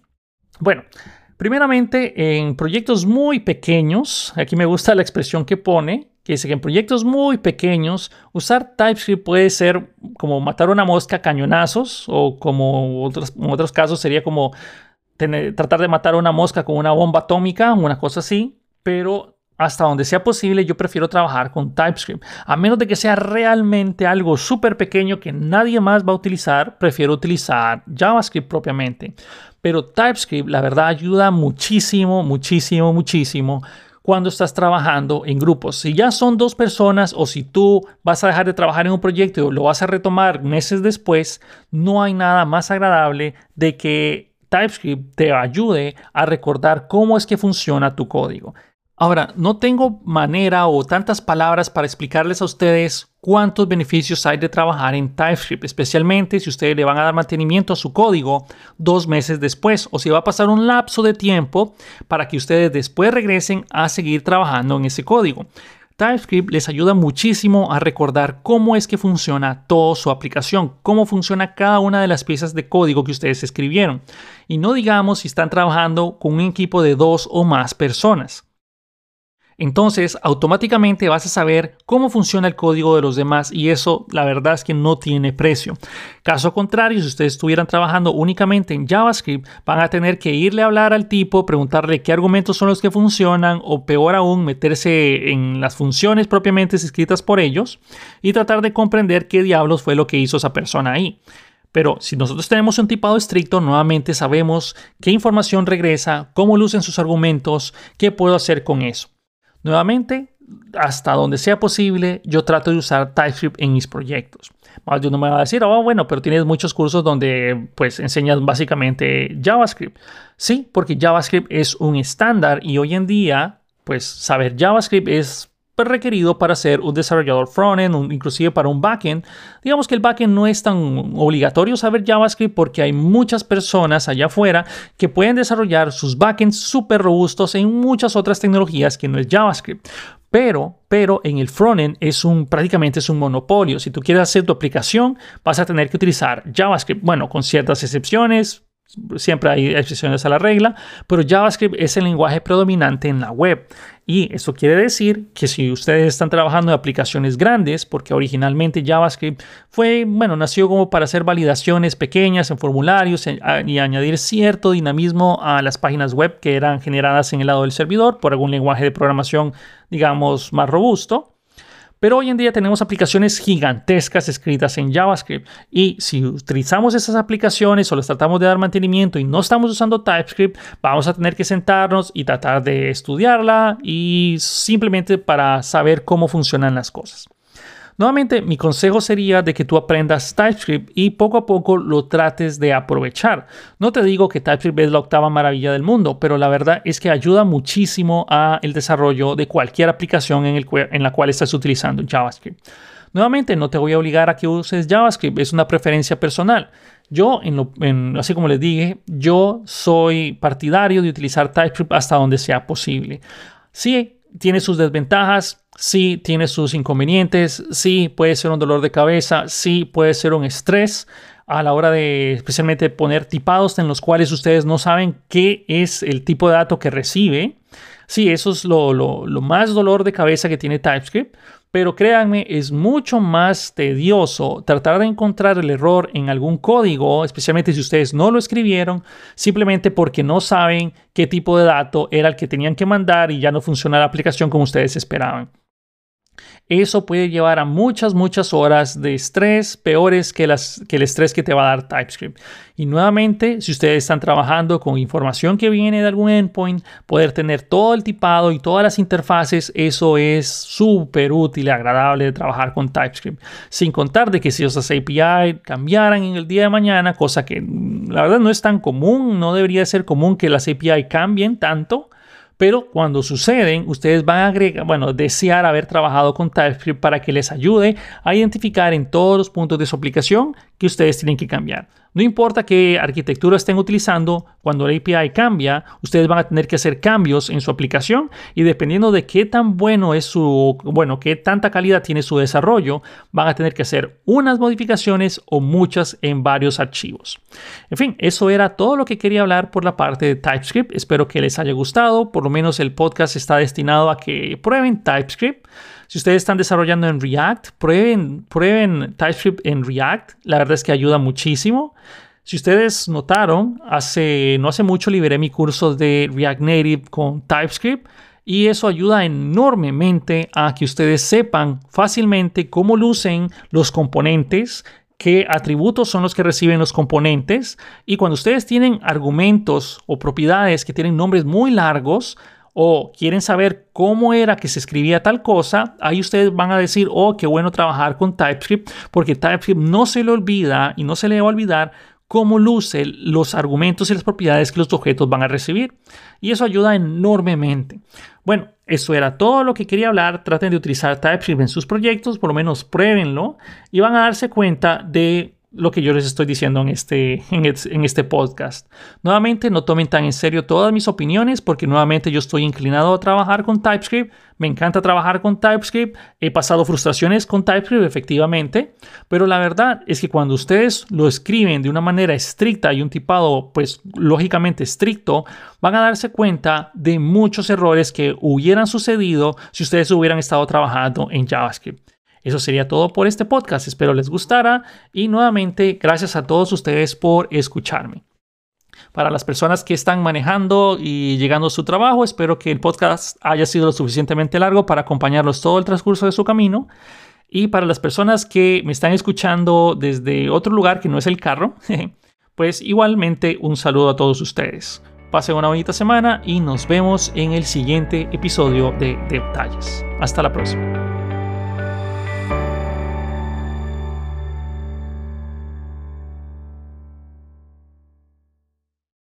Bueno, primeramente, en proyectos muy pequeños, aquí me gusta la expresión que pone, que dice que en proyectos muy pequeños usar TypeScript puede ser como matar una mosca a cañonazos o como en otros casos sería como tratar de matar una mosca con una bomba atómica, una cosa así, pero hasta donde sea posible yo prefiero trabajar con TypeScript. A menos de que sea realmente algo súper pequeño que nadie más va a utilizar, prefiero utilizar JavaScript propiamente. Pero TypeScript la verdad ayuda muchísimo, muchísimo, muchísimo cuando estás trabajando en grupos. Si ya son 2 personas o si tú vas a dejar de trabajar en un proyecto y lo vas a retomar meses después, no hay nada más agradable de que TypeScript te ayude a recordar cómo es que funciona tu código. Ahora, no tengo manera o tantas palabras para explicarles a ustedes cuántos beneficios hay de trabajar en TypeScript, especialmente si ustedes le van a dar mantenimiento a su código 2 meses después o si va a pasar un lapso de tiempo para que ustedes después regresen a seguir trabajando en ese código. TypeScript les ayuda muchísimo a recordar cómo es que funciona toda su aplicación, cómo funciona cada una de las piezas de código que ustedes escribieron. Y no digamos si están trabajando con un equipo de 2 o más personas. Entonces, automáticamente vas a saber cómo funciona el código de los demás y eso, la verdad es que no tiene precio. Caso contrario, si ustedes estuvieran trabajando únicamente en JavaScript, van a tener que irle a hablar al tipo, preguntarle qué argumentos son los que funcionan o peor aún, meterse en las funciones propiamente escritas por ellos y tratar de comprender qué diablos fue lo que hizo esa persona ahí. Pero si nosotros tenemos un tipado estricto, nuevamente sabemos qué información regresa, cómo lucen sus argumentos, qué puedo hacer con eso. Nuevamente, hasta donde sea posible, yo trato de usar TypeScript en mis proyectos. Más de uno me va a decir, bueno, pero tienes muchos cursos donde pues enseñas básicamente JavaScript. Sí, porque JavaScript es un estándar y hoy en día, pues saber JavaScript es requerido para ser un desarrollador frontend, inclusive para un backend. Digamos que el backend no es tan obligatorio saber JavaScript porque hay muchas personas allá afuera que pueden desarrollar sus backends súper robustos en muchas otras tecnologías que no es JavaScript. Pero en el frontend prácticamente es un monopolio. Si tú quieres hacer tu aplicación, vas a tener que utilizar JavaScript. Bueno, con ciertas excepciones. Siempre hay excepciones a la regla, pero JavaScript es el lenguaje predominante en la web. Y eso quiere decir que si ustedes están trabajando en aplicaciones grandes, porque originalmente JavaScript nació como para hacer validaciones pequeñas en formularios y añadir cierto dinamismo a las páginas web que eran generadas en el lado del servidor por algún lenguaje de programación, digamos, más robusto. Pero hoy en día tenemos aplicaciones gigantescas escritas en JavaScript y si utilizamos esas aplicaciones o les tratamos de dar mantenimiento y no estamos usando TypeScript, vamos a tener que sentarnos y tratar de estudiarla y simplemente para saber cómo funcionan las cosas. Nuevamente, mi consejo sería de que tú aprendas TypeScript y poco a poco lo trates de aprovechar. No te digo que TypeScript es la octava maravilla del mundo, pero la verdad es que ayuda muchísimo al desarrollo de cualquier aplicación en la cual estés utilizando JavaScript. Nuevamente, no te voy a obligar a que uses JavaScript, es una preferencia personal. Así como les dije, yo soy partidario de utilizar TypeScript hasta donde sea posible. Sí, tiene sus desventajas, sí, tiene sus inconvenientes, sí, puede ser un dolor de cabeza, sí, puede ser un estrés a la hora de especialmente poner tipados en los cuales ustedes no saben qué es el tipo de dato que recibe. Sí, eso es lo más dolor de cabeza que tiene TypeScript, pero créanme, es mucho más tedioso tratar de encontrar el error en algún código, especialmente si ustedes no lo escribieron, simplemente porque no saben qué tipo de dato era el que tenían que mandar y ya no funciona la aplicación como ustedes esperaban. Eso puede llevar a muchas horas de estrés, peores que el estrés que te va a dar TypeScript. Y nuevamente, si ustedes están trabajando con información que viene de algún endpoint, poder tener todo el tipado y todas las interfaces, eso es súper útil y agradable de trabajar con TypeScript. Sin contar de que si esas API cambiaran en el día de mañana, cosa que la verdad no es tan común, no debería ser común que las API cambien tanto. Pero cuando suceden, ustedes van a desear haber trabajado con TypeScript para que les ayude a identificar en todos los puntos de su aplicación que ustedes tienen que cambiar. No importa qué arquitectura estén utilizando, cuando la API cambia, ustedes van a tener que hacer cambios en su aplicación y dependiendo de qué tan qué tanta calidad tiene su desarrollo, van a tener que hacer unas modificaciones o muchas en varios archivos. En fin, eso era todo lo que quería hablar por la parte de TypeScript. Espero que les haya gustado. Por lo menos el podcast está destinado a que prueben TypeScript. Si ustedes están desarrollando en React, prueben TypeScript en React. La verdad es que ayuda muchísimo. Si ustedes notaron, no hace mucho liberé mi curso de React Native con TypeScript y eso ayuda enormemente a que ustedes sepan fácilmente cómo lucen los componentes, qué atributos son los que reciben los componentes y cuando ustedes tienen argumentos o propiedades que tienen nombres muy largos, o quieren saber cómo era que se escribía tal cosa, ahí ustedes van a decir, oh, qué bueno trabajar con TypeScript, porque TypeScript no se le olvida y no se le va a olvidar cómo luce los argumentos y las propiedades que los objetos van a recibir. Y eso ayuda enormemente. Bueno, eso era todo lo que quería hablar. Traten de utilizar TypeScript en sus proyectos, por lo menos pruébenlo y van a darse cuenta de lo que yo les estoy diciendo en este podcast. Nuevamente, no tomen tan en serio todas mis opiniones porque nuevamente yo estoy inclinado a trabajar con TypeScript. Me encanta trabajar con TypeScript. He pasado frustraciones con TypeScript, efectivamente. Pero la verdad es que cuando ustedes lo escriben de una manera estricta y un tipado, pues, lógicamente estricto, van a darse cuenta de muchos errores que hubieran sucedido si ustedes hubieran estado trabajando en JavaScript. Eso sería todo por este podcast. Espero les gustara y nuevamente gracias a todos ustedes por escucharme. Para las personas que están manejando y llegando a su trabajo, espero que el podcast haya sido lo suficientemente largo para acompañarlos todo el transcurso de su camino. Y para las personas que me están escuchando desde otro lugar que no es el carro, pues igualmente un saludo a todos ustedes. Pasen una bonita semana y nos vemos en el siguiente episodio de Detalles. Hasta la próxima.